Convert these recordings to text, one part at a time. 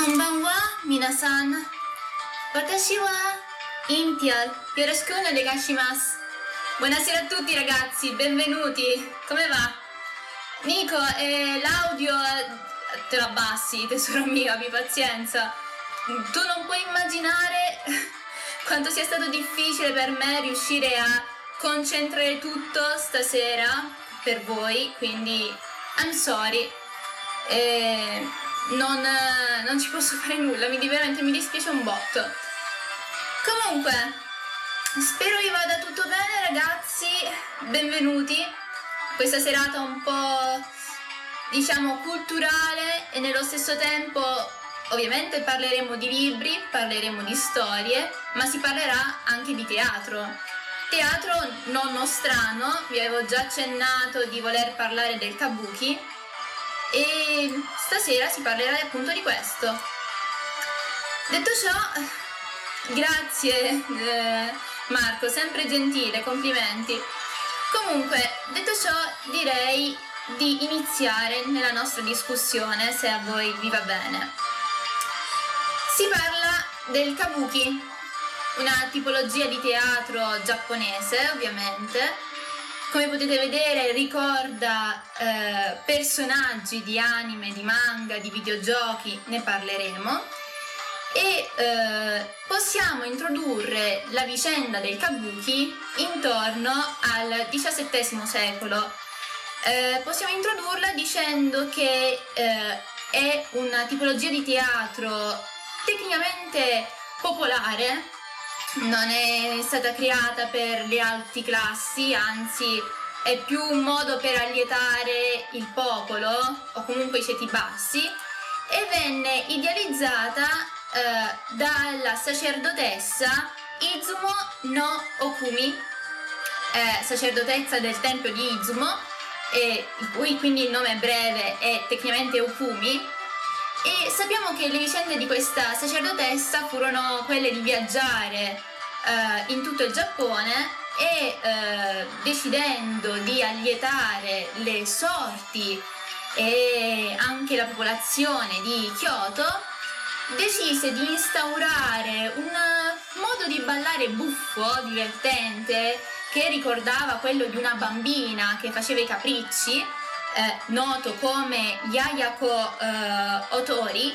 Konbanwa, minasan. Watashi wa Intial. Yoroshiku onegaishimasu. Buonasera a tutti ragazzi, benvenuti. Come va? Nico, l'audio te lo abbassi, tesoro mio, abbi pazienza. Tu non puoi immaginare quanto sia stato difficile per me riuscire a concentrare tutto stasera per voi, quindi I'm sorry. Non ci posso fare nulla, veramente mi dispiace un botto. Comunque, spero vi vada tutto bene ragazzi, benvenuti. Questa serata un po', diciamo, culturale e nello stesso tempo ovviamente parleremo di libri, parleremo di storie, ma si parlerà anche di teatro. Teatro non nostrano, vi avevo già accennato di voler parlare del kabuki e stasera si parlerà appunto di questo. Detto ciò, grazie Marco, sempre gentile, complimenti. Comunque, detto ciò, direi di iniziare nella nostra discussione, se a voi vi va bene. Si parla del kabuki, una tipologia di teatro giapponese, ovviamente. Come potete vedere ricorda personaggi di anime, di manga, di videogiochi, ne parleremo. E possiamo introdurre la vicenda del kabuki intorno al XVII secolo. Possiamo introdurla dicendo che è una tipologia di teatro tecnicamente popolare, non è stata creata per le alte classi, anzi è più un modo per allietare il popolo o comunque i ceti bassi, e venne idealizzata dalla sacerdotessa Izumo no Okumi, sacerdotessa del tempio di Izumo, il cui quindi il nome breve è tecnicamente Okumi. E sappiamo che le vicende di questa sacerdotessa furono quelle di viaggiare in tutto il Giappone e decidendo di allietare le sorti e anche la popolazione di Kyoto, decise di instaurare un modo di ballare buffo, divertente, che ricordava quello di una bambina che faceva i capricci, noto come Yayako Otori,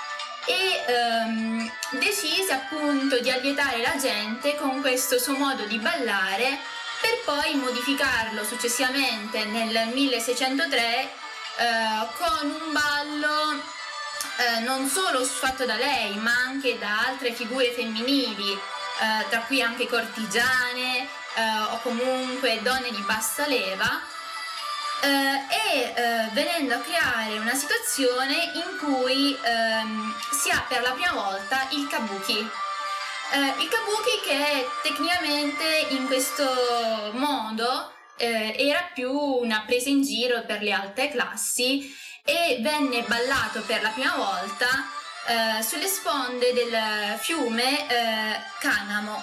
e decise appunto di allietare la gente con questo suo modo di ballare, per poi modificarlo successivamente nel 1603 con un ballo non solo fatto da lei ma anche da altre figure femminili, tra cui anche cortigiane o comunque donne di bassa leva, venendo a creare una situazione in cui si ha per la prima volta il kabuki. Il kabuki che tecnicamente in questo modo era più una presa in giro per le alte classi e venne ballato per la prima volta sulle sponde del fiume Kamo.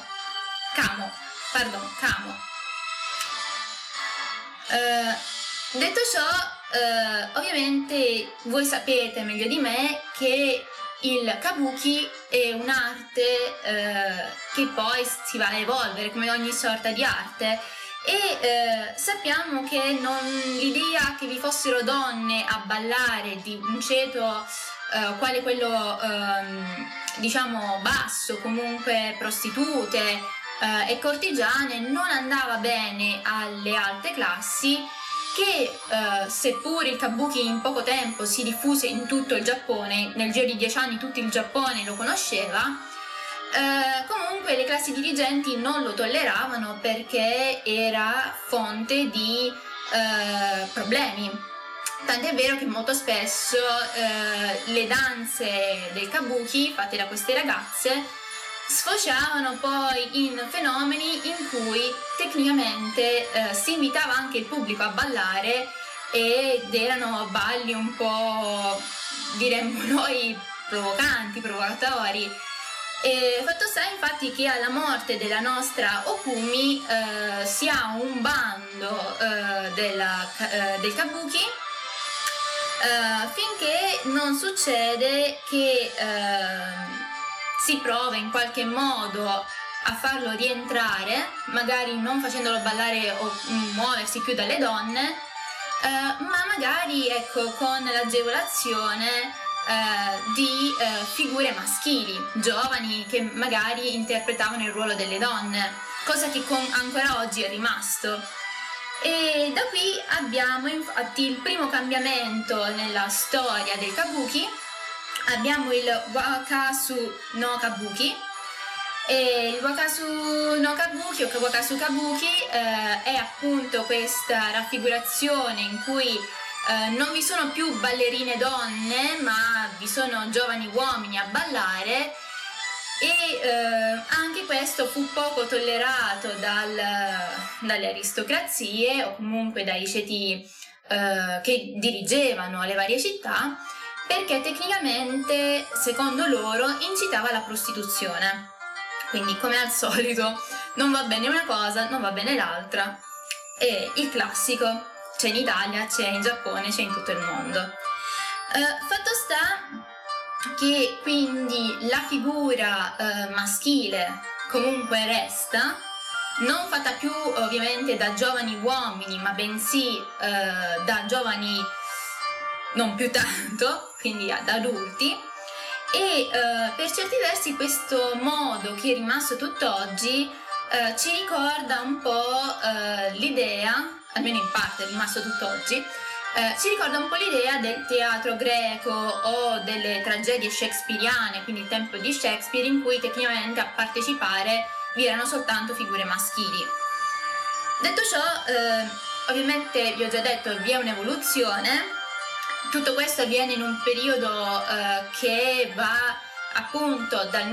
Detto ciò, ovviamente voi sapete meglio di me che il kabuki è un'arte che poi si va a evolvere come ogni sorta di arte, e sappiamo che l'idea che vi fossero donne a ballare di un ceto quale quello diciamo basso, comunque prostitute e cortigiane, non andava bene alle alte classi, che seppur il kabuki in poco tempo si diffuse in tutto il Giappone, nel giro di 10 anni tutto il Giappone lo conosceva, comunque le classi dirigenti non lo tolleravano perché era fonte di problemi. Tant'è vero che molto spesso le danze del kabuki fatte da queste ragazze sfociavano poi in fenomeni in cui tecnicamente si invitava anche il pubblico a ballare, ed erano balli un po', diremmo noi, provocanti, provocatori. E fatto sta infatti che alla morte della nostra Okumi si ha un bando del kabuki finché non succede che si prova in qualche modo a farlo rientrare, magari non facendolo ballare o muoversi più dalle donne, ma magari ecco con l'agevolazione di figure maschili, giovani che magari interpretavano il ruolo delle donne, cosa che ancora oggi è rimasto. E da qui abbiamo infatti il primo cambiamento nella storia del kabuki. Abbiamo il Wakasu no Kabuki. E il Wakasu no Kabuki o Wakasu Kabuki è appunto questa raffigurazione in cui non vi sono più ballerine donne, ma vi sono giovani uomini a ballare, e anche questo fu poco tollerato dalle aristocrazie o comunque dai ceti che dirigevano le varie città, perché tecnicamente, secondo loro, incitava alla prostituzione. Quindi, come al solito, non va bene una cosa, non va bene l'altra. E il classico, c'è in Italia, c'è in Giappone, c'è in tutto il mondo. Fatto sta che quindi la figura maschile comunque resta, non fatta più ovviamente da giovani uomini, ma bensì da giovani non più tanto, quindi da adulti, e per certi versi questo modo che è rimasto tutt'oggi ci ricorda un po' l'idea, almeno in parte è rimasto tutt'oggi, ci ricorda un po' l'idea del teatro greco o delle tragedie shakespeariane, quindi il tempo di Shakespeare, in cui tecnicamente a partecipare vi erano soltanto figure maschili. Detto ciò, ovviamente vi ho già detto, vi è un'evoluzione. Tutto questo avviene in un periodo che va appunto dal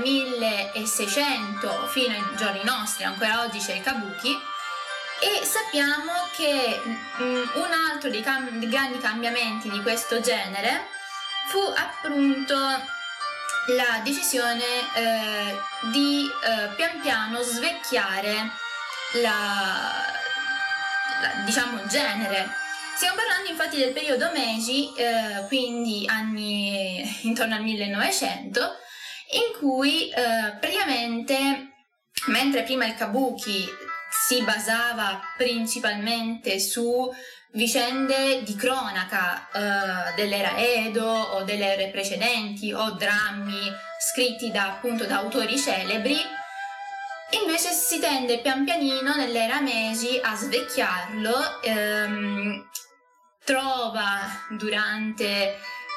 1600 fino ai giorni nostri, ancora oggi c'è il kabuki, e sappiamo che un altro dei grandi cambiamenti di questo genere fu appunto la decisione di pian piano svecchiare diciamo il genere. Stiamo parlando infatti del periodo Meiji, quindi anni intorno al 1900, in cui praticamente, mentre prima il kabuki si basava principalmente su vicende di cronaca dell'era Edo o delle ere precedenti, o drammi scritti appunto da autori celebri, invece si tende pian pianino nell'era Meiji a svecchiarlo. Trova durante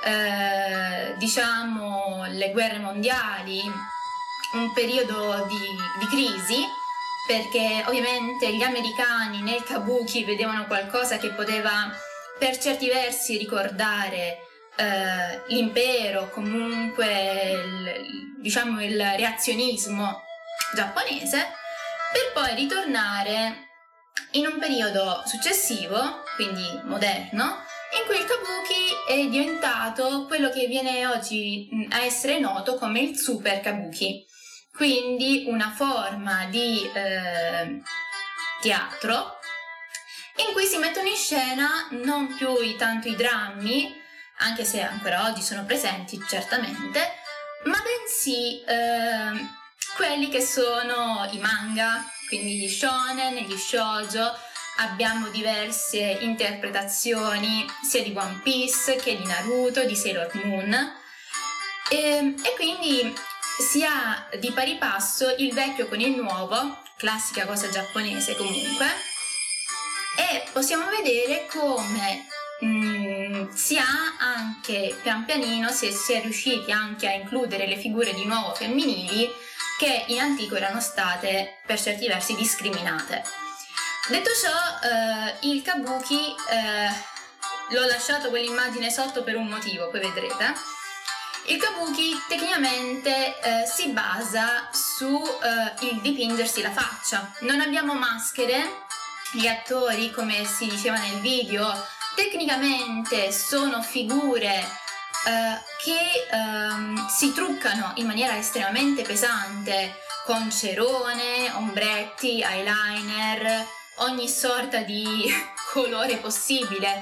diciamo le guerre mondiali un periodo di crisi, perché ovviamente gli americani nel kabuki vedevano qualcosa che poteva per certi versi ricordare l'impero, comunque diciamo il reazionismo giapponese, per poi ritornare in un periodo successivo, quindi moderno, in cui il kabuki è diventato quello che viene oggi a essere noto come il super kabuki, quindi una forma di teatro in cui si mettono in scena non più tanto i drammi, anche se ancora oggi sono presenti certamente, ma bensì quelli che sono i manga, quindi gli shonen, gli shoujo. Abbiamo diverse interpretazioni sia di One Piece che di Naruto, di Sailor Moon, e quindi si ha di pari passo il vecchio con il nuovo, classica cosa giapponese comunque, e possiamo vedere come si ha anche pian pianino, si è riusciti anche a includere le figure di nuovo femminili che in antico erano state per certi versi discriminate. Detto ciò, il kabuki, l'ho lasciato quell'immagine sotto per un motivo, poi vedrete. Il kabuki tecnicamente si basa su il dipingersi la faccia. Non abbiamo maschere, gli attori, come si diceva nel video, tecnicamente sono figure che si truccano in maniera estremamente pesante con cerone, ombretti, eyeliner, ogni sorta di colore possibile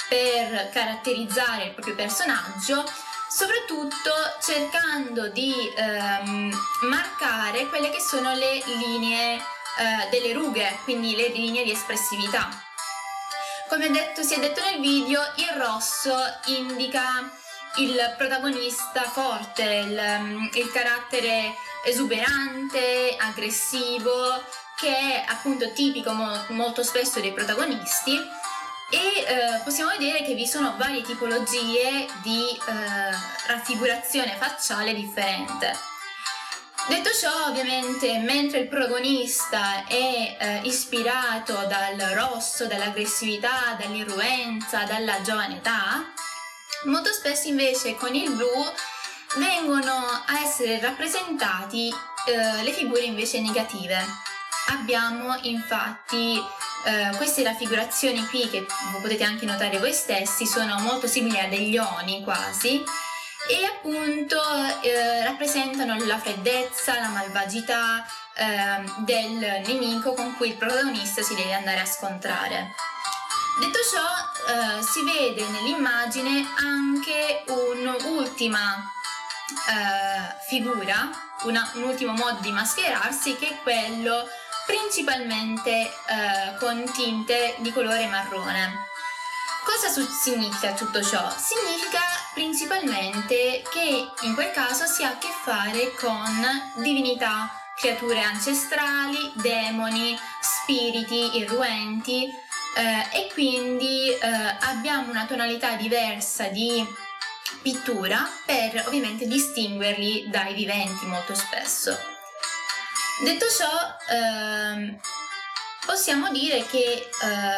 per caratterizzare il proprio personaggio, soprattutto cercando di marcare quelle che sono le linee delle rughe, quindi le linee di espressività. Come si è detto nel video, il rosso indica il protagonista forte, il carattere esuberante, aggressivo, che è appunto tipico molto spesso dei protagonisti, e possiamo vedere che vi sono varie tipologie di raffigurazione facciale differente. Detto ciò, ovviamente, mentre il protagonista è ispirato dal rosso, dall'aggressività, dall'irruenza, dalla giovane età, molto spesso invece con il blu vengono a essere rappresentati le figure invece negative. Abbiamo infatti queste raffigurazioni qui, che potete anche notare voi stessi, sono molto simili a degli oni quasi, e appunto rappresentano la freddezza, la malvagità del nemico con cui il protagonista si deve andare a scontrare. Detto ciò, si vede nell'immagine anche un'ultima figura, un ultimo modo di mascherarsi, che è quello principalmente con tinte di colore marrone. Cosa significa tutto ciò? Significa principalmente che in quel caso si ha a che fare con divinità, creature ancestrali, demoni, spiriti irruenti, e quindi abbiamo una tonalità diversa di pittura per ovviamente distinguerli dai viventi molto spesso. Detto ciò, possiamo dire che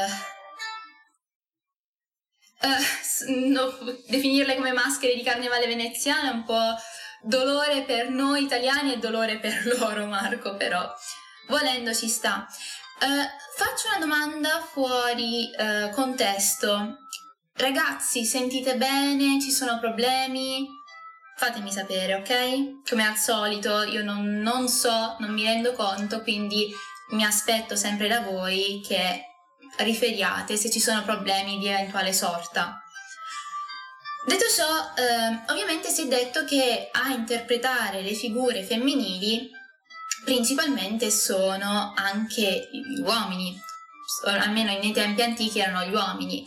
definirle come maschere di carnevale veneziano è un po' dolore per noi italiani e dolore per loro, Marco, però volendo ci sta. Faccio una domanda fuori contesto. Ragazzi, sentite bene? Ci sono problemi? Fatemi sapere, ok? Come al solito, io non so, non mi rendo conto, quindi mi aspetto sempre da voi che riferiate se ci sono problemi di eventuale sorta. Detto ciò, ovviamente si è detto che a interpretare le figure femminili principalmente sono anche gli uomini, almeno nei tempi antichi erano gli uomini.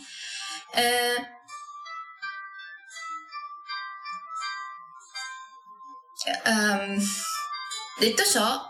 Detto ciò,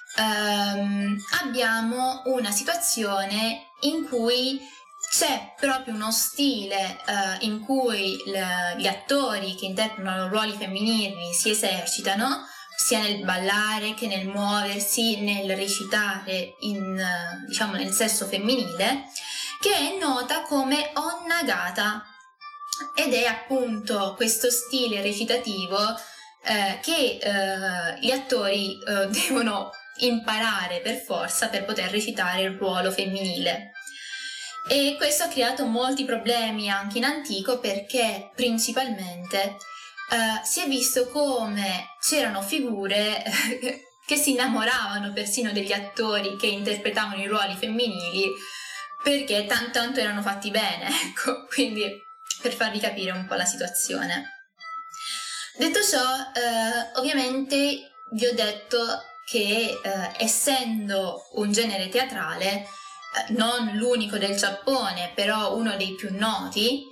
abbiamo una situazione in cui c'è proprio uno stile in cui gli attori che interpretano ruoli femminili si esercitano, sia nel ballare che nel muoversi, nel recitare diciamo nel sesso femminile, che è nota come onnagata, ed è appunto questo stile recitativo che gli attori devono imparare per forza per poter recitare il ruolo femminile. E questo ha creato molti problemi anche in antico, perché principalmente si è visto come c'erano figure che si innamoravano persino degli attori che interpretavano i ruoli femminili, perché tanto erano fatti bene, ecco, quindi per farvi capire un po' la situazione. Detto ciò, ovviamente vi ho detto che essendo un genere teatrale, non l'unico del Giappone, però uno dei più noti,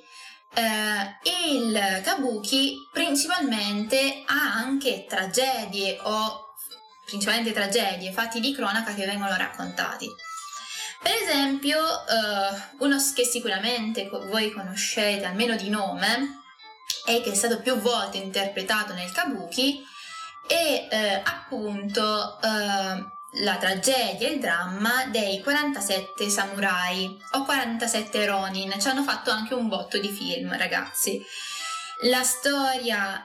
il kabuki principalmente ha anche tragedie, o principalmente tragedie, fatti di cronaca che vengono raccontati. Per esempio, uno che sicuramente voi conoscete almeno di nome e che è stato più volte interpretato nel kabuki è appunto la tragedia, il dramma dei 47 samurai o 47 ronin. Ci hanno fatto anche un botto di film, ragazzi. La storia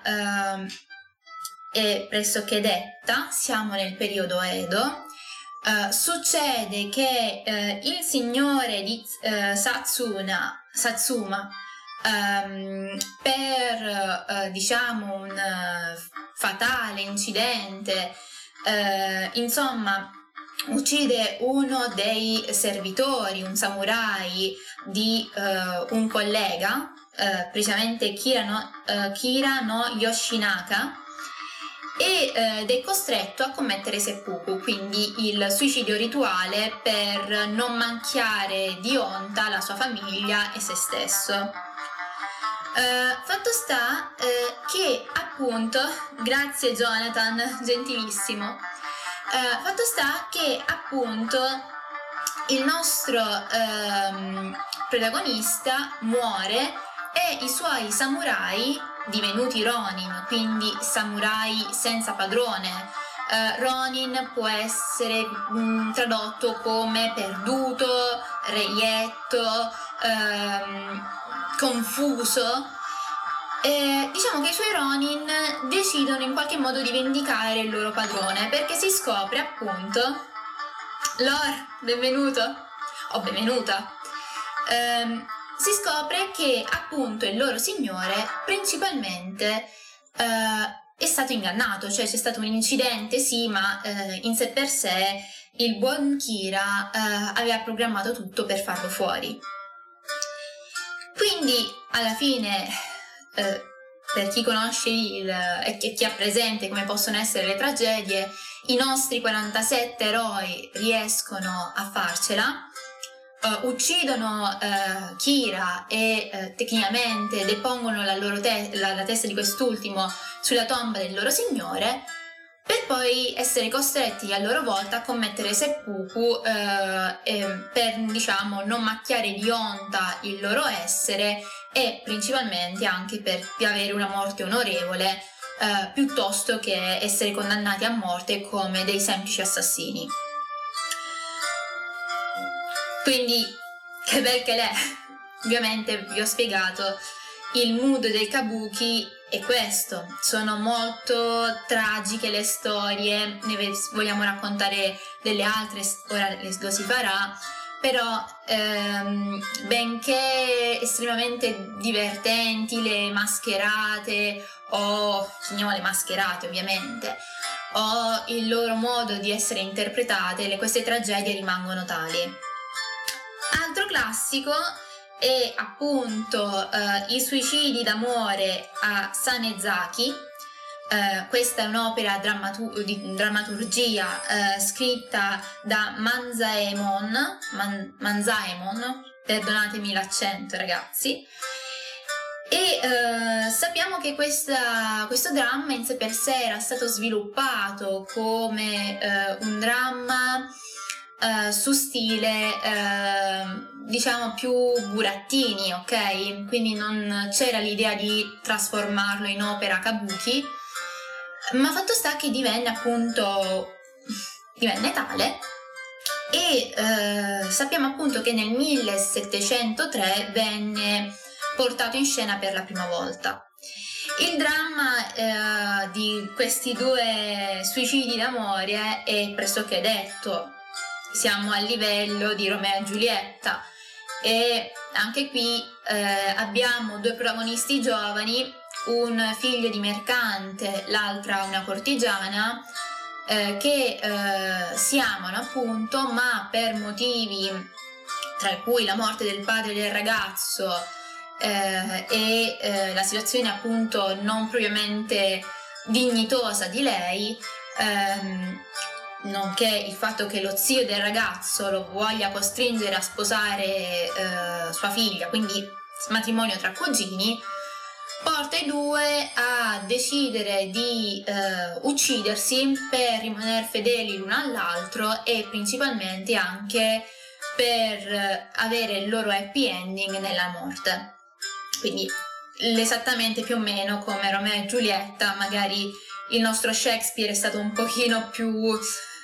è pressoché detta, siamo nel periodo Edo. Succede che il signore di Satsuma per diciamo un fatale incidente, insomma uccide uno dei servitori, un samurai di un collega, precisamente Kira no Yoshinaka, ed è costretto a commettere seppuku, quindi il suicidio rituale per non manchiare di onta la sua famiglia e se stesso. Fatto sta che appunto, grazie Jonathan, gentilissimo, fatto sta che appunto il nostro protagonista muore e i suoi samurai, divenuti Ronin, quindi samurai senza padrone. Ronin può essere tradotto come perduto, reietto, confuso. Diciamo che i suoi Ronin decidono in qualche modo di vendicare il loro padrone, perché si scopre appunto, Lore, benvenuto o benvenuta, si scopre che appunto il loro signore principalmente è stato ingannato, cioè c'è stato un incidente, sì, ma in sé per sé il buon Kira aveva programmato tutto per farlo fuori. Quindi alla fine, per chi conosce e chi ha presente come possono essere le tragedie, i nostri 47 eroi riescono a farcela, uccidono Kira e tecnicamente depongono la testa di quest'ultimo sulla tomba del loro signore, per poi essere costretti a loro volta a commettere seppuku per, diciamo, non macchiare di onta il loro essere e principalmente anche per avere una morte onorevole, piuttosto che essere condannati a morte come dei semplici assassini. Quindi, che bel che l'è! Ovviamente vi ho spiegato, il mood del kabuki è questo, sono molto tragiche le storie, ne vogliamo raccontare delle altre, ora lo si farà, però benché estremamente divertenti le mascherate, o chiamiamole mascherate ovviamente, o il loro modo di essere interpretate, queste tragedie rimangono tali. Altro classico è appunto i suicidi d'amore a Sanezaki. Questa è un'opera di drammaturgia scritta da Manzaemon, perdonatemi l'accento ragazzi, e sappiamo che questo dramma in sé per sé era stato sviluppato come un dramma su stile diciamo più burattini, ok? Quindi non c'era l'idea di trasformarlo in opera kabuki, ma fatto sta che divenne tale, e sappiamo appunto che nel 1703 venne portato in scena per la prima volta. Il dramma di questi due suicidi d'amore è pressoché detto. Siamo a livello di Romeo e Giulietta, e anche qui abbiamo due protagonisti giovani, un figlio di mercante, l'altra una cortigiana, che si amano appunto, ma per motivi tra cui la morte del padre del ragazzo e la situazione appunto non propriamente dignitosa di lei, nonché il fatto che lo zio del ragazzo lo voglia costringere a sposare sua figlia, quindi matrimonio tra cugini, porta i due a decidere di uccidersi per rimanere fedeli l'uno all'altro e principalmente anche per avere il loro happy ending nella morte. Quindi esattamente più o meno come Romeo e Giulietta, magari il nostro Shakespeare è stato un pochino più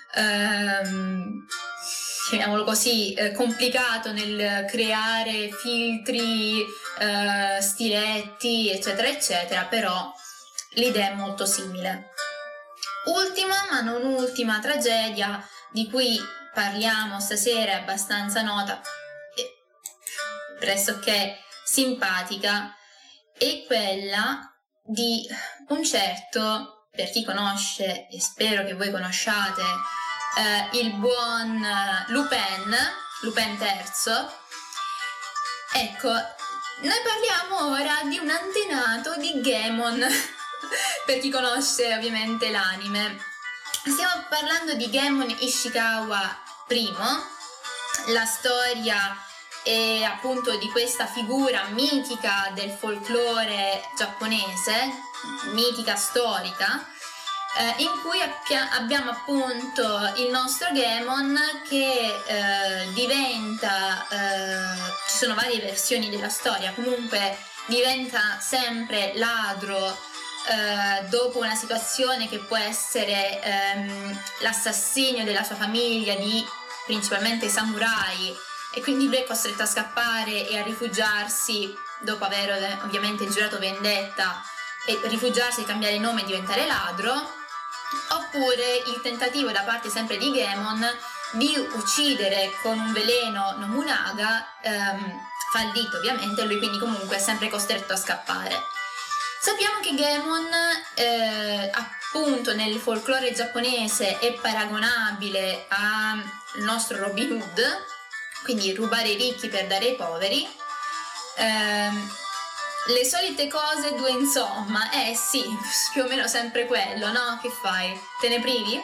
chiamiamolo così, complicato nel creare filtri, stiletti eccetera eccetera, però l'idea è molto simile. Ultima ma non ultima tragedia di cui parliamo stasera, è abbastanza nota e pressoché simpatica, è quella di un certo, per chi conosce, e spero che voi conosciate, il buon Lupin III. Ecco, noi parliamo ora di un antenato di Goemon, per chi conosce ovviamente l'anime. Stiamo parlando di Goemon Ishikawa I. La storia è appunto di questa figura mitica del folklore giapponese, mitica storica, in cui abbiamo appunto il nostro Goemon che diventa, ci sono varie versioni della storia, comunque diventa sempre ladro dopo una situazione che può essere l'assassinio della sua famiglia, di principalmente samurai, e quindi lui è costretto a scappare e a rifugiarsi dopo aver ovviamente giurato vendetta, e rifugiarsi e cambiare nome e diventare ladro. Oppure il tentativo da parte sempre di Goemon di uccidere con un veleno Nobunaga, fallito ovviamente, lui quindi comunque è sempre costretto a scappare. Sappiamo che Goemon appunto nel folklore giapponese è paragonabile al nostro Robin Hood, quindi rubare i ricchi per dare ai poveri. Le solite cose, due insomma, sì, più o meno sempre quello, no? Che fai? Te ne privi?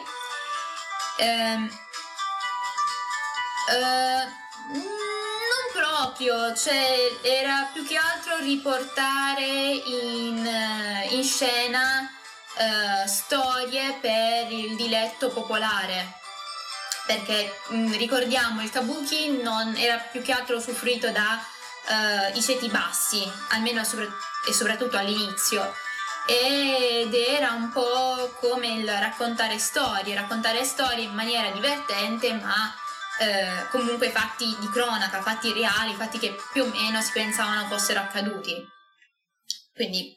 Non proprio, cioè era più che altro riportare in scena storie per il diletto popolare, perché ricordiamo il kabuki non era più che altro usufruito da i ceti bassi, almeno e soprattutto all'inizio, ed era un po' come il raccontare storie in maniera divertente, ma comunque fatti di cronaca, fatti reali, fatti che più o meno si pensavano fossero accaduti. Quindi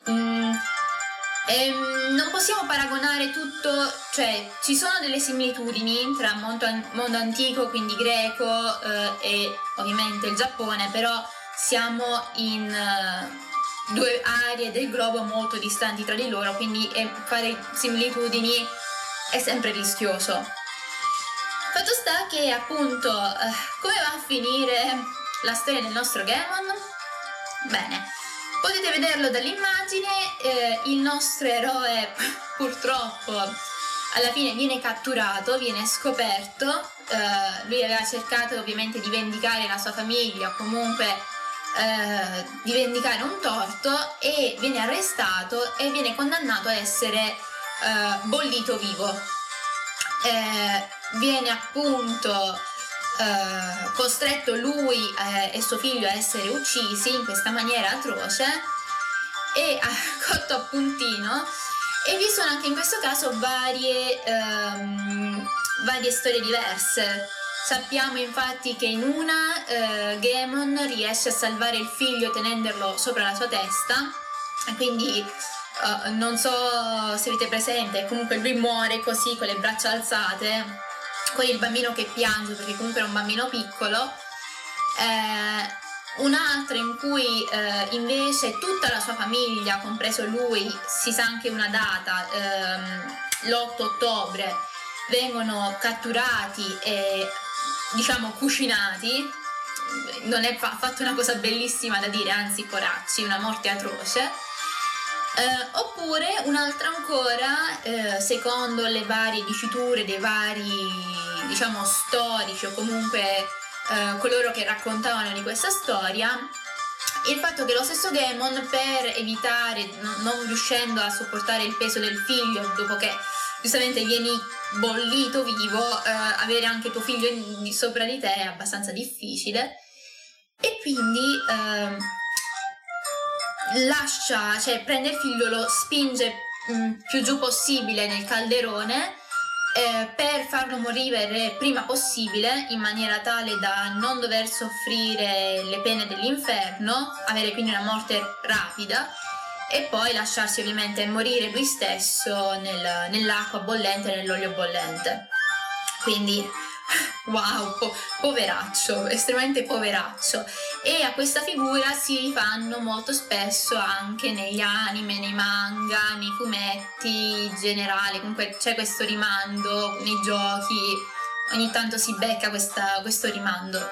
non possiamo paragonare tutto, cioè ci sono delle similitudini tra mondo antico, quindi greco, e ovviamente il Giappone, però siamo in due aree del globo molto distanti tra di loro, quindi fare similitudini è sempre rischioso. Fatto sta che appunto come va a finire la storia del nostro Goemon? Bene, potete vederlo dall'immagine, il nostro eroe purtroppo alla fine viene catturato, viene scoperto, lui aveva cercato ovviamente di vendicare la sua famiglia, comunque di vendicare un torto, e viene arrestato e viene condannato a essere bollito vivo. Viene appunto costretto lui e suo figlio a essere uccisi in questa maniera atroce e cotto a puntino, e vi sono anche in questo caso varie storie diverse. Sappiamo infatti che in una Goemon riesce a salvare il figlio tenendolo sopra la sua testa, e quindi non so se avete presente, comunque lui muore così con le braccia alzate, con il bambino che piange perché comunque era un bambino piccolo. Un'altra in cui invece tutta la sua famiglia, compreso lui, si sa anche una data, l'8 ottobre, vengono catturati e diciamo cucinati. Non è fatta una cosa bellissima da dire, anzi poracci, una morte atroce. Oppure un'altra ancora, secondo le varie diciture dei vari diciamo storici, o comunque coloro che raccontavano di questa storia, il fatto che lo stesso Goemon, per evitare, non riuscendo a sopportare il peso del figlio, dopo che giustamente vieni bollito vivo, avere anche tuo figlio sopra di te è abbastanza difficile, e quindi prende il figlio, lo spinge più giù possibile nel calderone, per farlo morire prima possibile, in maniera tale da non dover soffrire le pene dell'inferno, avere quindi una morte rapida, e poi lasciarsi ovviamente morire lui stesso nell'acqua bollente, nell'olio bollente. Quindi wow, poveraccio, estremamente poveraccio. E a questa figura si rifanno molto spesso anche negli anime, nei manga, nei fumetti in generale, comunque c'è questo rimando nei giochi ogni tanto si becca questo rimando.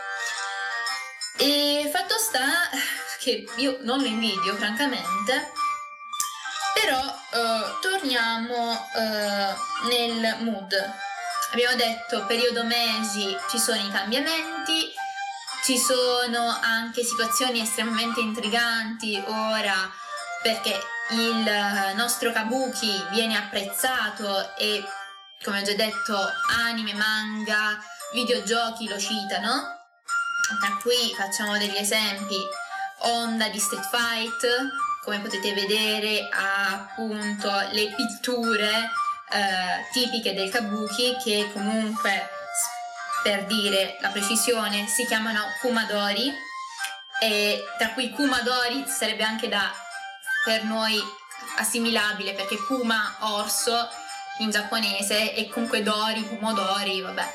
E fatto sta che io non lo invidio francamente, però torniamo nel mood. Abbiamo detto periodo Meiji, ci sono i cambiamenti, ci sono anche situazioni estremamente intriganti ora, perché il nostro kabuki viene apprezzato e, come ho già detto, anime, manga, videogiochi lo citano. Tra cui facciamo degli esempi: Honda di Street Fight, come potete vedere ha appunto le pitture tipiche del kabuki, che comunque, per dire la precisione, si chiamano kumadori, e tra cui kumadori sarebbe anche per noi assimilabile, perché kuma orso in giapponese e comunque dori, pomodori, vabbè.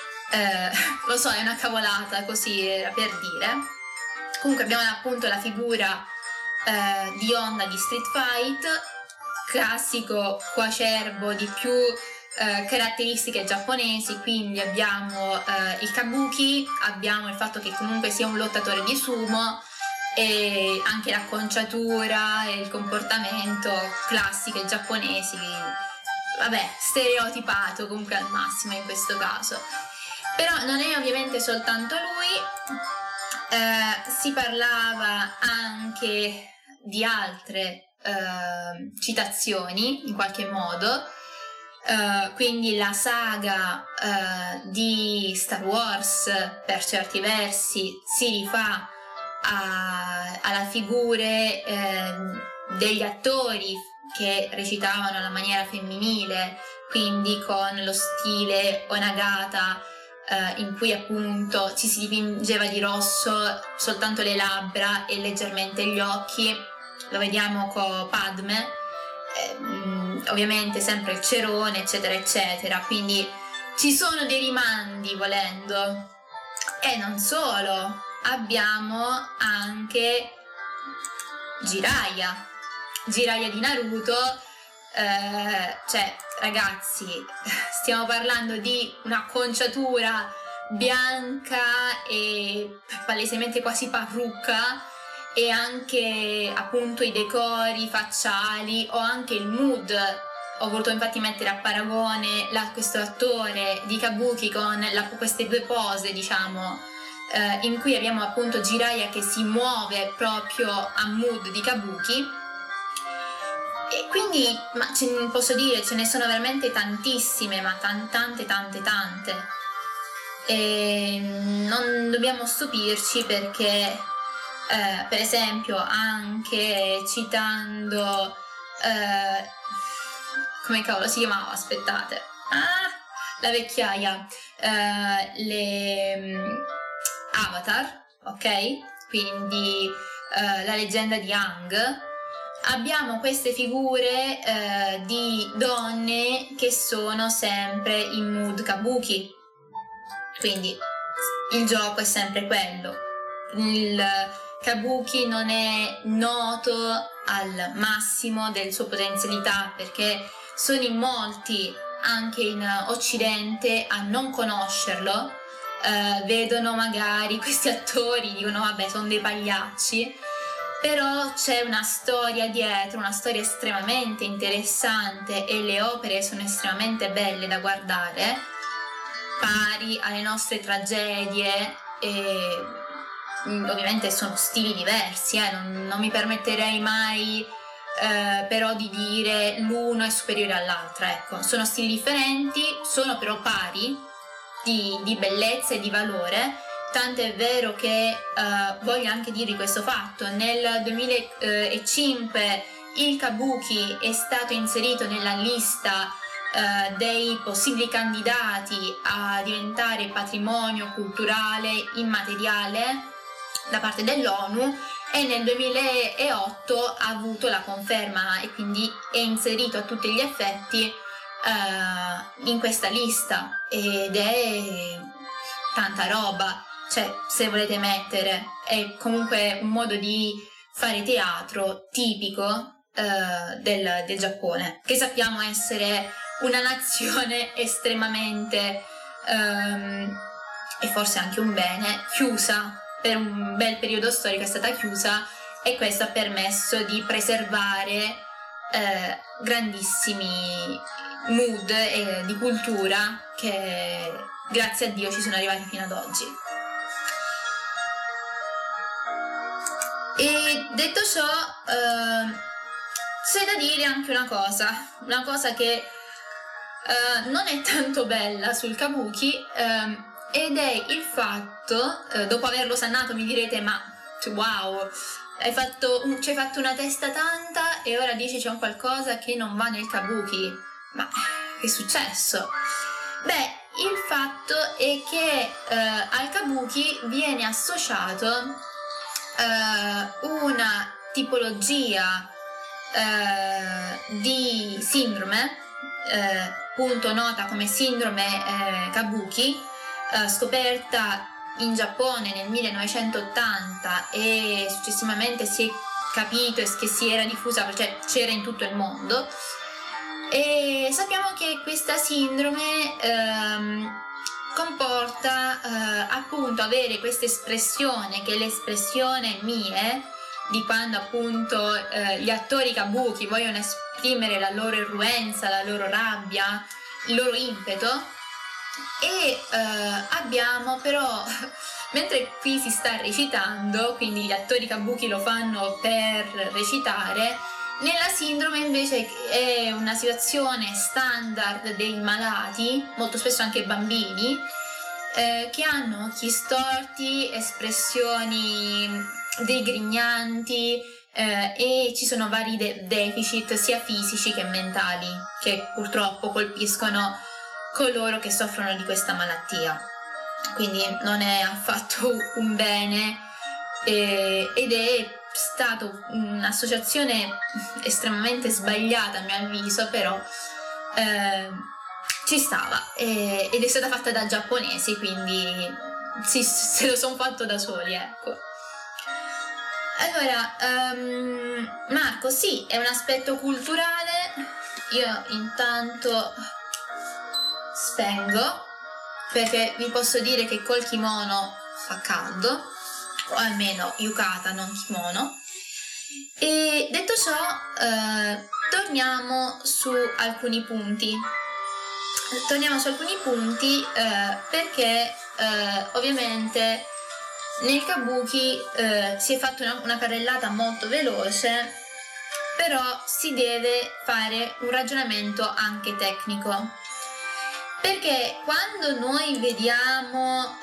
Lo so, è una cavolata, così era per dire. Comunque abbiamo appunto la figura di Honda di Street Fight, classico coacervo di più caratteristiche giapponesi, quindi abbiamo il kabuki, abbiamo il fatto che comunque sia un lottatore di sumo, e anche l'acconciatura e il comportamento classiche giapponesi, vabbè, stereotipato comunque al massimo in questo caso. Però non è ovviamente soltanto lui, si parlava anche di altre citazioni in qualche modo, quindi la saga di Star Wars per certi versi si rifà alla figure degli attori che recitavano alla maniera femminile, quindi con lo stile Onagata, in cui appunto ci si dipingeva di rosso soltanto le labbra e leggermente gli occhi. Lo vediamo con Padme, ovviamente sempre il cerone, eccetera eccetera, quindi ci sono dei rimandi volendo. E non solo, abbiamo anche Jiraiya di Naruto, cioè ragazzi, stiamo parlando di un'acconciatura bianca e palesemente quasi parrucca, e anche appunto i decori facciali o anche il mood. Ho voluto infatti mettere a paragone questo attore di kabuki con queste due pose, diciamo, in cui abbiamo appunto Jiraiya che si muove proprio a mood di kabuki. E quindi, posso dire, ce ne sono veramente tantissime, ma tante. E non dobbiamo stupirci, perché per esempio, anche citando come cavolo si chiamava? Aspettate, la vecchiaia, le Avatar, ok? Quindi la leggenda di Aang. Abbiamo queste figure di donne che sono sempre in mood kabuki, quindi il gioco è sempre quello. Il kabuki non è noto al massimo delle sue potenzialità, perché sono in molti, anche in Occidente, a non conoscerlo. Vedono magari questi attori, dicono vabbè, sono dei pagliacci, però c'è una storia dietro, una storia estremamente interessante, e le opere sono estremamente belle da guardare, pari alle nostre tragedie, e ovviamente sono stili diversi, non mi permetterei mai però di dire l'uno è superiore all'altra, ecco, sono stili differenti, sono però pari di bellezza e di valore. Tanto è vero che voglio anche dirvi questo fatto: nel 2005 il kabuki è stato inserito nella lista dei possibili candidati a diventare patrimonio culturale immateriale da parte dell'ONU, e nel 2008 ha avuto la conferma e quindi è inserito a tutti gli effetti in questa lista, ed è tanta roba. Cioè, se volete mettere, è comunque un modo di fare teatro tipico del Giappone, che sappiamo essere una nazione estremamente e forse anche un bene, chiusa per un bel periodo storico, è stata chiusa, e questo ha permesso di preservare grandissimi mood di cultura che grazie a Dio ci sono arrivati fino ad oggi. E detto ciò, c'è da dire anche una cosa che non è tanto bella sul kabuki, ed è il fatto, dopo averlo sannato mi direte, ma wow, ci hai fatto una testa tanta e ora dici c'è un qualcosa che non va nel kabuki, ma che è successo? Beh, il fatto è che al kabuki viene associato una tipologia di sindrome, appunto nota come sindrome kabuki, scoperta in Giappone nel 1980 e successivamente si è capito che si era diffusa, cioè c'era in tutto il mondo, e sappiamo che questa sindrome comporta appunto avere questa espressione, che è l'espressione mie, di quando appunto gli attori kabuki vogliono esprimere la loro irruenza, la loro rabbia, il loro impeto, e abbiamo però mentre qui si sta recitando, quindi gli attori kabuki lo fanno per recitare, nella sindrome invece è una situazione standard dei malati, molto spesso anche bambini, che hanno occhi storti, espressioni degrignanti, e ci sono vari deficit sia fisici che mentali che purtroppo colpiscono coloro che soffrono di questa malattia. Quindi non è affatto un bene, ed è stata un'associazione estremamente sbagliata a mio avviso, però ci stava, ed è stata fatta da giapponesi, quindi se lo sono fatto da soli, ecco. Allora, Marco, sì, è un aspetto culturale. Io intanto spengo, perché vi posso dire che col kimono fa caldo, o almeno yukata, non kimono. E detto ciò, torniamo su alcuni punti. Perché ovviamente nel kabuki si è fatta una carrellata molto veloce, però si deve fare un ragionamento anche tecnico, perché quando noi vediamo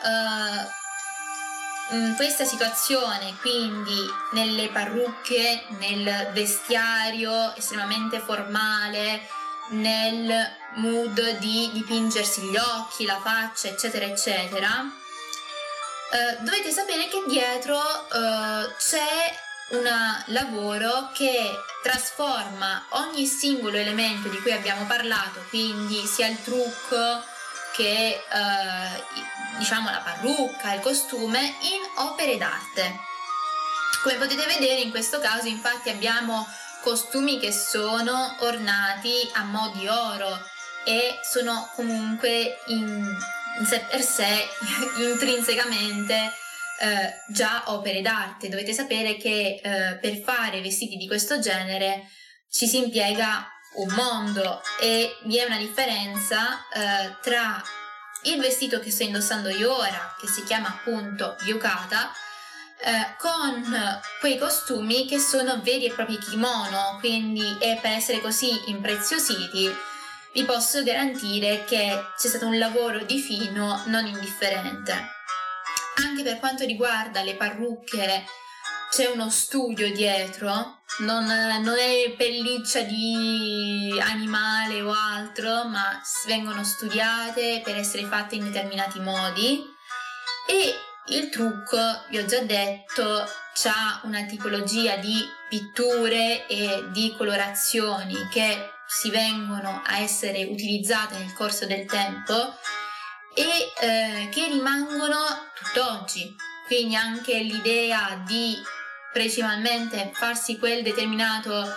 questa situazione, quindi nelle parrucche, nel vestiario estremamente formale, nel mood di dipingersi gli occhi, la faccia, eccetera eccetera, dovete sapere che dietro c'è un lavoro che trasforma ogni singolo elemento di cui abbiamo parlato, quindi sia il trucco che diciamo la parrucca, il costume, in opere d'arte. Come potete vedere in questo caso infatti abbiamo costumi che sono ornati a mo' di oro e sono comunque in sé per sé intrinsecamente già opere d'arte. Dovete sapere che per fare vestiti di questo genere ci si impiega un mondo, e vi è una differenza tra il vestito che sto indossando io ora, che si chiama appunto yukata, con quei costumi che sono veri e propri kimono, quindi, e per essere così impreziositi vi posso garantire che c'è stato un lavoro di fino non indifferente. Anche per quanto riguarda le parrucche c'è uno studio dietro, non è pelliccia di animale o altro, ma vengono studiate per essere fatte in determinati modi, e il trucco, vi ho già detto, c'ha una tipologia di pitture e di colorazioni che si vengono a essere utilizzate nel corso del tempo e che rimangono tutt'oggi. Quindi anche l'idea di principalmente farsi quel determinato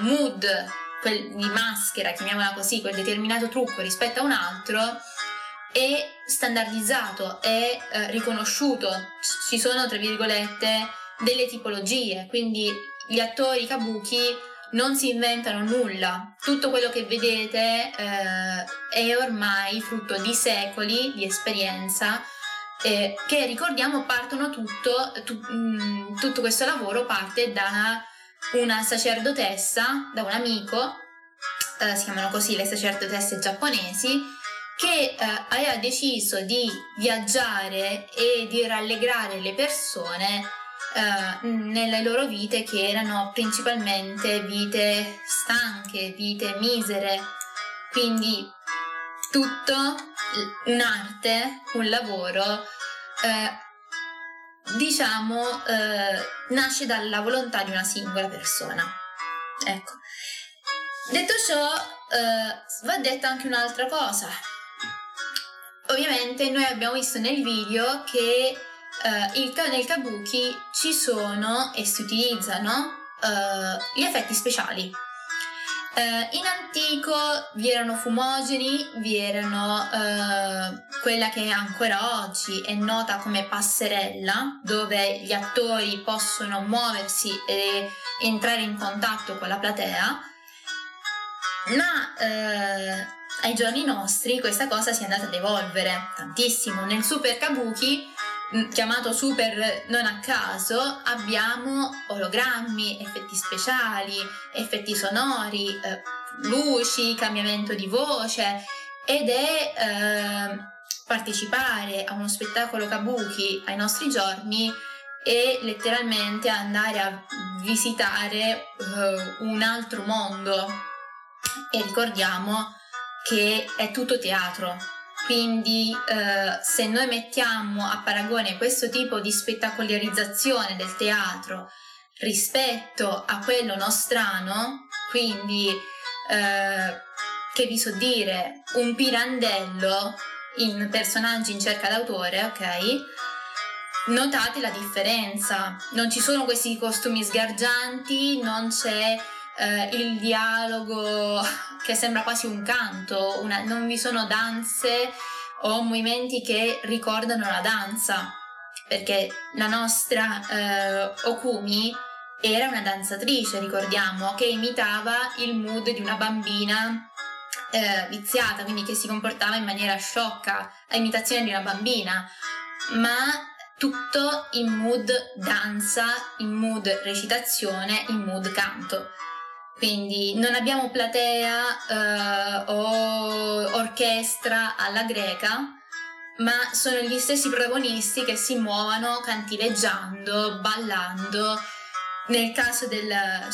mood, di maschera, chiamiamola così, quel determinato trucco rispetto a un altro, è standardizzato, è riconosciuto, ci sono tra virgolette delle tipologie, quindi gli attori kabuki non si inventano nulla, tutto quello che vedete è ormai frutto di secoli di esperienza che ricordiamo partono tutto questo lavoro parte da una sacerdotessa, da un amico, si chiamano così le sacerdotesse giapponesi, che aveva deciso di viaggiare e di rallegrare le persone nelle loro vite, che erano principalmente vite stanche, vite misere, quindi tutto un'arte, un lavoro nasce dalla volontà di una singola persona. Ecco, detto ciò, va detta anche un'altra cosa. Ovviamente noi abbiamo visto nel video che nel kabuki ci sono e si utilizzano gli effetti speciali. In antico vi erano fumogeni, vi erano quella che ancora oggi è nota come passerella, dove gli attori possono muoversi e entrare in contatto con la platea, ma ai giorni nostri questa cosa si è andata ad evolvere tantissimo. Nel Super Kabuki, chiamato Super non a caso, abbiamo ologrammi, effetti speciali, effetti sonori, luci, cambiamento di voce, ed è partecipare a uno spettacolo kabuki ai nostri giorni e letteralmente andare a visitare un altro mondo. E ricordiamo che è tutto teatro, quindi se noi mettiamo a paragone questo tipo di spettacolarizzazione del teatro rispetto a quello nostrano, quindi che vi so dire, un Pirandello in personaggi in cerca d'autore, ok? Notate la differenza, non ci sono questi costumi sgargianti, non c'è il dialogo che sembra quasi un canto, non vi sono danze o movimenti che ricordano la danza, perché la nostra Okumi era una danzatrice, ricordiamo, che imitava il mood di una bambina viziata, quindi che si comportava in maniera sciocca, a imitazione di una bambina, ma tutto in mood danza, in mood recitazione, in mood canto. Quindi non abbiamo platea o orchestra alla greca, ma sono gli stessi protagonisti che si muovono cantileggiando, ballando. Nel caso del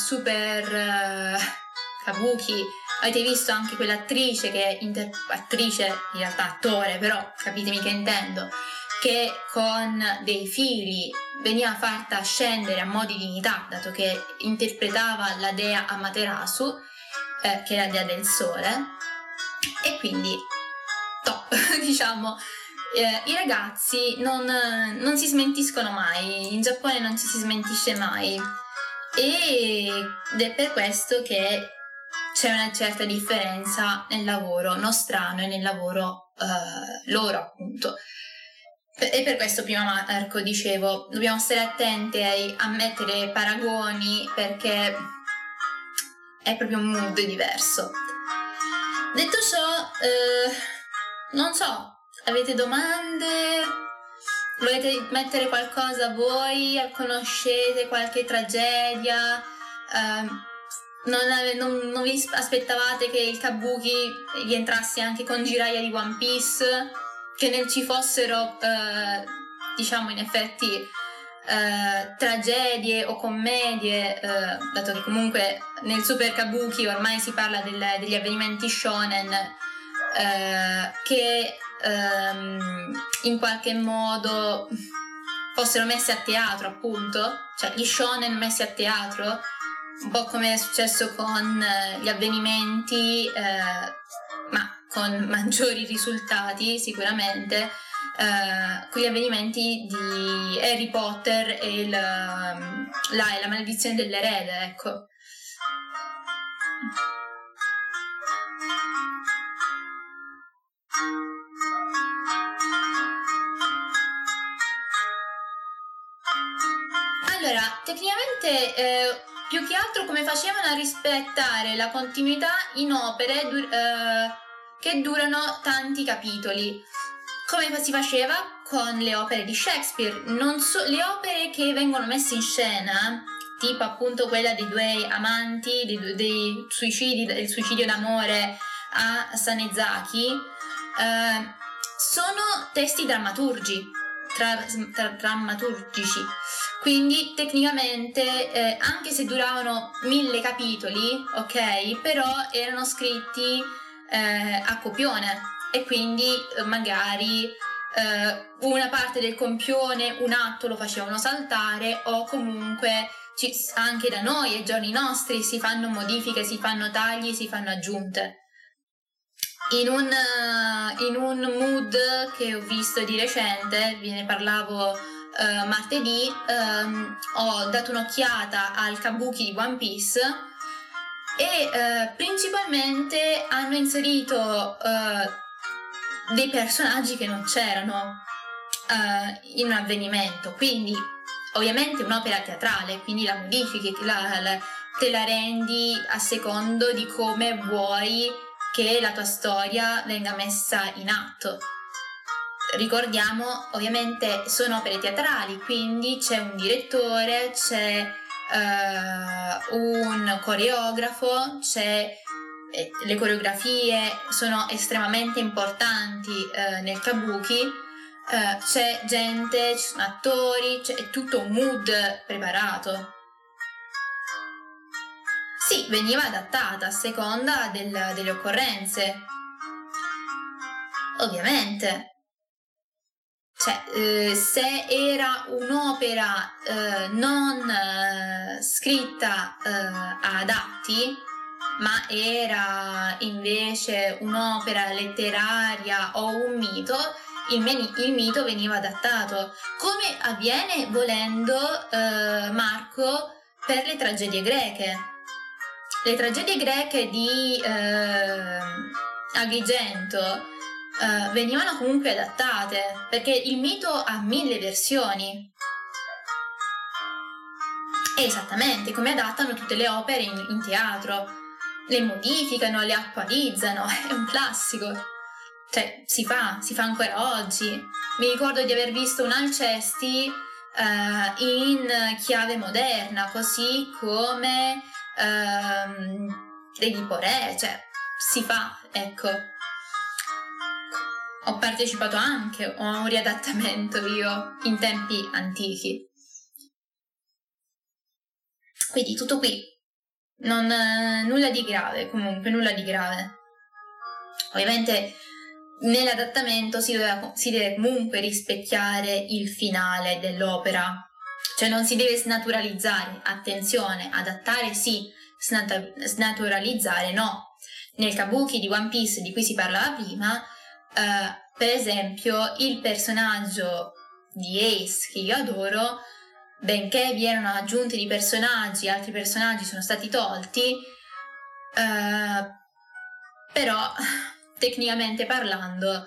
Super Kabuki avete visto anche quell'attrice che attrice, in realtà attore, però capitemi che intendo, che con dei fili veniva fatta scendere a mo' di divinità, dato che interpretava la dea Amaterasu, che è la dea del sole, e quindi diciamo i ragazzi non si smentiscono mai, in Giappone non ci si smentisce mai, ed è per questo che c'è una certa differenza nel lavoro nostrano e nel lavoro loro, appunto. E per questo prima Marco dicevo, dobbiamo stare attenti a mettere paragoni, perché è proprio un mood diverso. Detto ciò, non so, avete domande? Volete mettere qualcosa voi? Conoscete qualche tragedia? Non vi aspettavate che il Kabuki rientrasse anche con Jiraiya di One Piece? Che ci fossero, diciamo in effetti, tragedie o commedie, dato che comunque nel Super Kabuki ormai si parla degli avvenimenti shonen, che in qualche modo fossero messi a teatro, appunto, cioè gli shonen messi a teatro, un po' come è successo con gli avvenimenti, ma con maggiori risultati sicuramente, con gli avvenimenti di Harry Potter e la maledizione dell'erede, ecco. Allora, tecnicamente più che altro come facevano a rispettare la continuità in opere che durano tanti capitoli, come si faceva con le opere di Shakespeare. Le opere che vengono messe in scena, tipo appunto quella dei due amanti, dei suicidi, del suicidio d'amore a Sanezaki, sono testi drammaturgici, quindi tecnicamente anche se duravano 1000 capitoli, ok, però erano scritti a copione, e quindi magari una parte del compione, un atto lo facevano saltare, o comunque anche da noi ai giorni nostri si fanno modifiche, si fanno tagli, si fanno aggiunte. In un mood che ho visto di recente, ve ne parlavo martedì, ho dato un'occhiata al kabuki di One Piece, e principalmente hanno inserito dei personaggi che non c'erano in un avvenimento, quindi ovviamente un'opera teatrale, quindi la modifichi, te la rendi a secondo di come vuoi che la tua storia venga messa in atto. Ricordiamo, ovviamente sono opere teatrali, quindi c'è un direttore, c'è un coreografo, le coreografie sono estremamente importanti nel kabuki, c'è gente, ci sono attori, è tutto un mood preparato. Sì, veniva adattata a seconda delle occorrenze, ovviamente. Cioè, se era un'opera non scritta ad atti, ma era invece un'opera letteraria o un mito, il mito veniva adattato, come avviene, volendo, Marco, per le tragedie greche. Le tragedie greche di Agrigento venivano comunque adattate, perché il mito ha 1000 versioni. E esattamente come adattano tutte le opere in teatro, le modificano, le attualizzano, è un classico. Cioè, si fa ancora oggi. Mi ricordo di aver visto un Alcesti in chiave moderna, così come degli Porè, cioè si fa, ecco. Ho partecipato anche a un riadattamento io in tempi antichi. Quindi tutto qui, nulla di grave, comunque nulla di grave. Ovviamente nell'adattamento si deve comunque rispecchiare il finale dell'opera, cioè non si deve snaturalizzare, attenzione, adattare sì, snaturalizzare no. Nel kabuki di One Piece di cui si parlava prima, per esempio il personaggio di Ace, che io adoro, benché vi erano aggiunti di personaggi, altri personaggi sono stati tolti, però tecnicamente parlando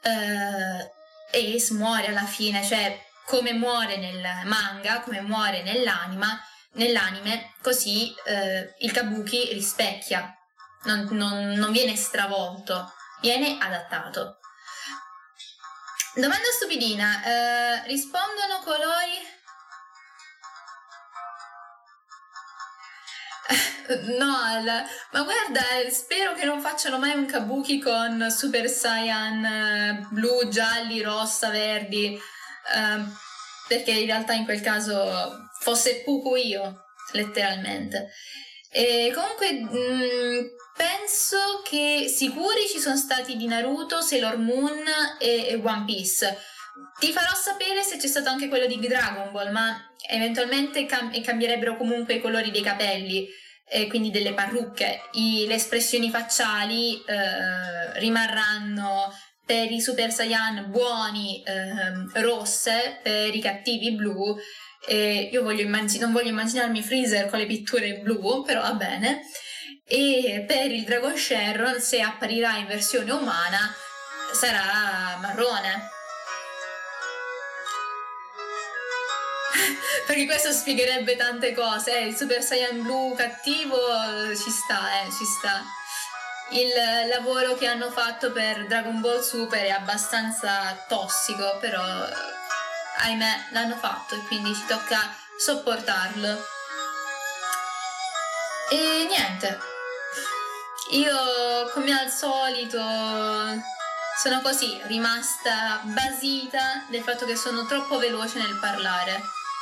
Ace muore alla fine, cioè come muore nel manga, come muore nell'anime, così il kabuki rispecchia, non viene stravolto, viene adattato. Domanda stupidina, rispondono colori? No, ma guarda, spero che non facciano mai un kabuki con Super Saiyan blu, gialli, rossa, verdi, perché in realtà in quel caso fosse Puku io, letteralmente. E comunque penso che sicuri ci sono stati di Naruto, Sailor Moon e One Piece. Ti farò sapere se c'è stato anche quello di Dragon Ball, ma eventualmente cambierebbero comunque i colori dei capelli, quindi delle parrucche. Le espressioni facciali rimarranno per i Super Saiyan buoni rosse, per i cattivi blu. Io non voglio immaginarmi Freezer con le pitture blu, però va bene. E per il Dragon Sherron, se apparirà in versione umana, sarà marrone. perché questo spiegherebbe tante cose. Il Super Saiyan Blue cattivo ci sta. Il lavoro che hanno fatto per Dragon Ball Super è abbastanza tossico, però ahimè l'hanno fatto e quindi ci tocca sopportarlo. E niente, io come al solito sono così, rimasta basita del fatto che sono troppo veloce nel parlare.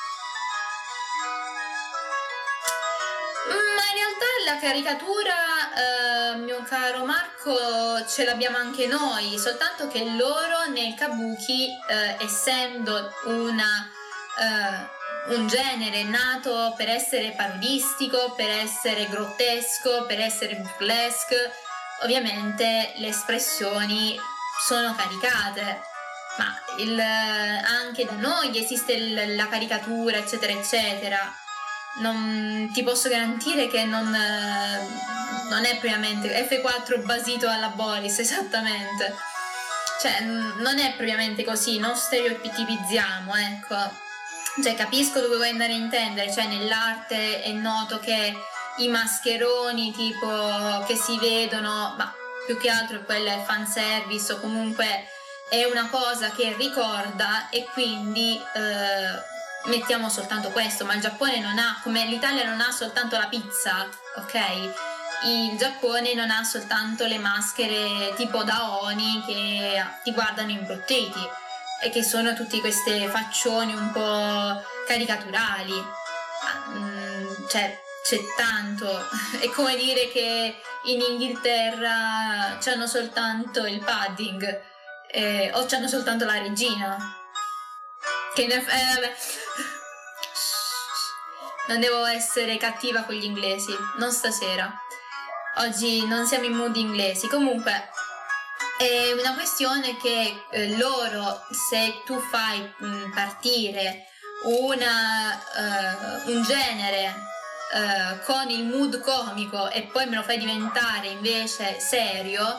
Ma in realtà la caricatura, mio caro Marco, ce l'abbiamo anche noi, soltanto che loro nel kabuki, essendo un genere nato per essere parodistico, per essere grottesco, per essere burlesque, ovviamente le espressioni sono caricate, ma anche da noi esiste la caricatura, eccetera, eccetera. Non ti posso garantire che non è propriamente F4 basito alla Boris, esattamente. Cioè, non è propriamente così, non stereotipizziamo, ecco. Cioè, capisco dove vuoi andare a intendere, cioè nell'arte è noto che i mascheroni tipo che si vedono, ma più che altro quello è fanservice o comunque è una cosa che ricorda e quindi mettiamo soltanto questo, ma il Giappone non ha, come l'Italia non ha soltanto la pizza, ok? Il Giappone non ha soltanto le maschere tipo da Oni che ti guardano imbruttiti e che sono tutti questi faccioni un po' caricaturali. Cioè, c'è tanto. È come dire che in Inghilterra c'hanno soltanto il padding o c'hanno soltanto la regina. Che vabbè. Non devo essere cattiva con gli inglesi, non stasera. Oggi non siamo in mood inglesi. Comunque è una questione che loro, se tu fai partire un genere con il mood comico e poi me lo fai diventare invece serio,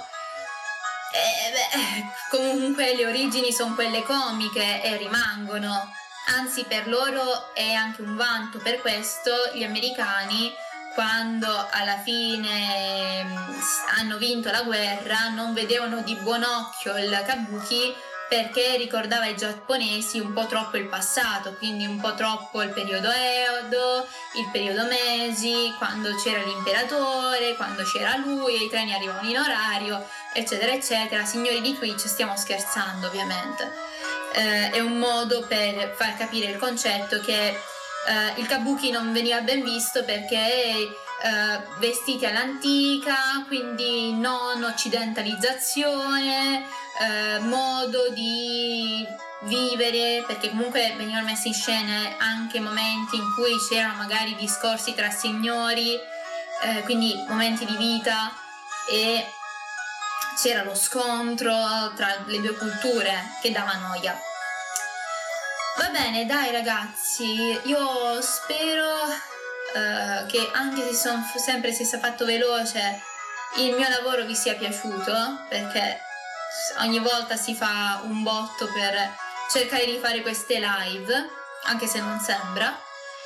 comunque le origini sono quelle comiche e rimangono. Anzi, per loro è anche un vanto. Per questo gli americani, quando alla fine hanno vinto la guerra, non vedevano di buon occhio il kabuki perché ricordava ai giapponesi un po' troppo il passato, quindi un po' troppo il periodo Edo, il periodo Meiji, quando c'era l'imperatore, quando c'era lui e i treni arrivavano in orario, eccetera eccetera. Signori di Twitch, stiamo scherzando ovviamente. È un modo per far capire il concetto che il kabuki non veniva ben visto perché vestiti all'antica, quindi non occidentalizzazione, modo di vivere, perché comunque venivano messi in scena anche momenti in cui c'erano magari discorsi tra signori, quindi momenti di vita e c'era lo scontro tra le due culture che dava noia. Va bene, dai ragazzi, io spero che anche se sono sempre si sia fatto veloce, il mio lavoro vi sia piaciuto, perché ogni volta si fa un botto per cercare di fare queste live, anche se non sembra.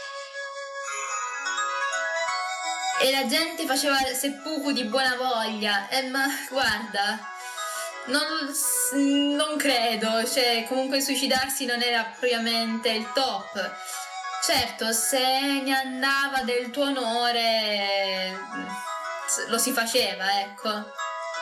E la gente faceva seppuku di buona voglia, ma guarda, non credo, cioè comunque suicidarsi non era propriamente il top. Certo, se ne andava del tuo onore lo si faceva, ecco.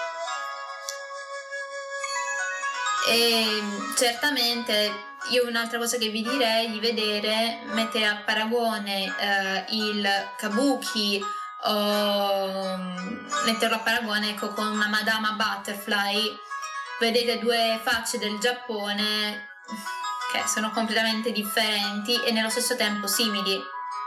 E certamente io un'altra cosa che vi direi di vedere, mettere a paragone il kabuki o metterlo a paragone, ecco, con una Madama Butterfly. Vedete due facce del Giappone che sono completamente differenti e nello stesso tempo simili.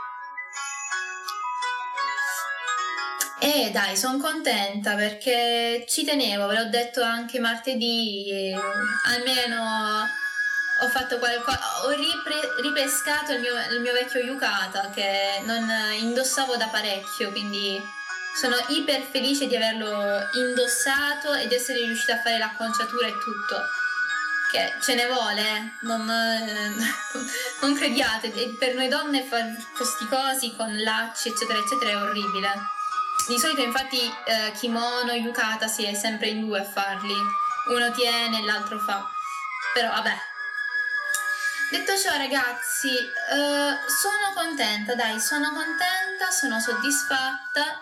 E dai, sono contenta perché ci tenevo, ve l'ho detto anche martedì, almeno ho fatto qualcosa, ho ripescato il mio vecchio yukata che non indossavo da parecchio, quindi sono iper felice di averlo indossato e di essere riuscita a fare l'acconciatura e tutto, che ce ne vuole, non crediate, per noi donne fare questi cosi con lacci eccetera eccetera è orribile. Di solito infatti kimono, yukata si è sempre in due a farli, uno tiene e l'altro fa, però vabbè. Detto ciò ragazzi, sono contenta, dai, sono soddisfatta,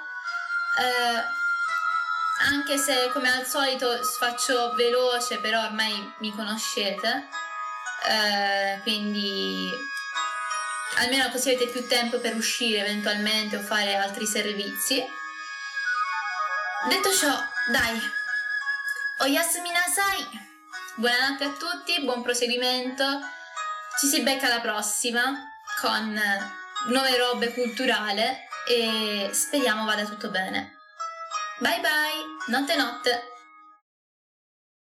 anche se come al solito faccio veloce, però ormai mi conoscete, quindi almeno così avete più tempo per uscire eventualmente o fare altri servizi. Detto ciò, dai, oyasumi nasai, buonanotte a tutti, buon proseguimento, ci si becca alla prossima con nuove robe culturali e speriamo vada tutto bene. Bye bye, notte notte!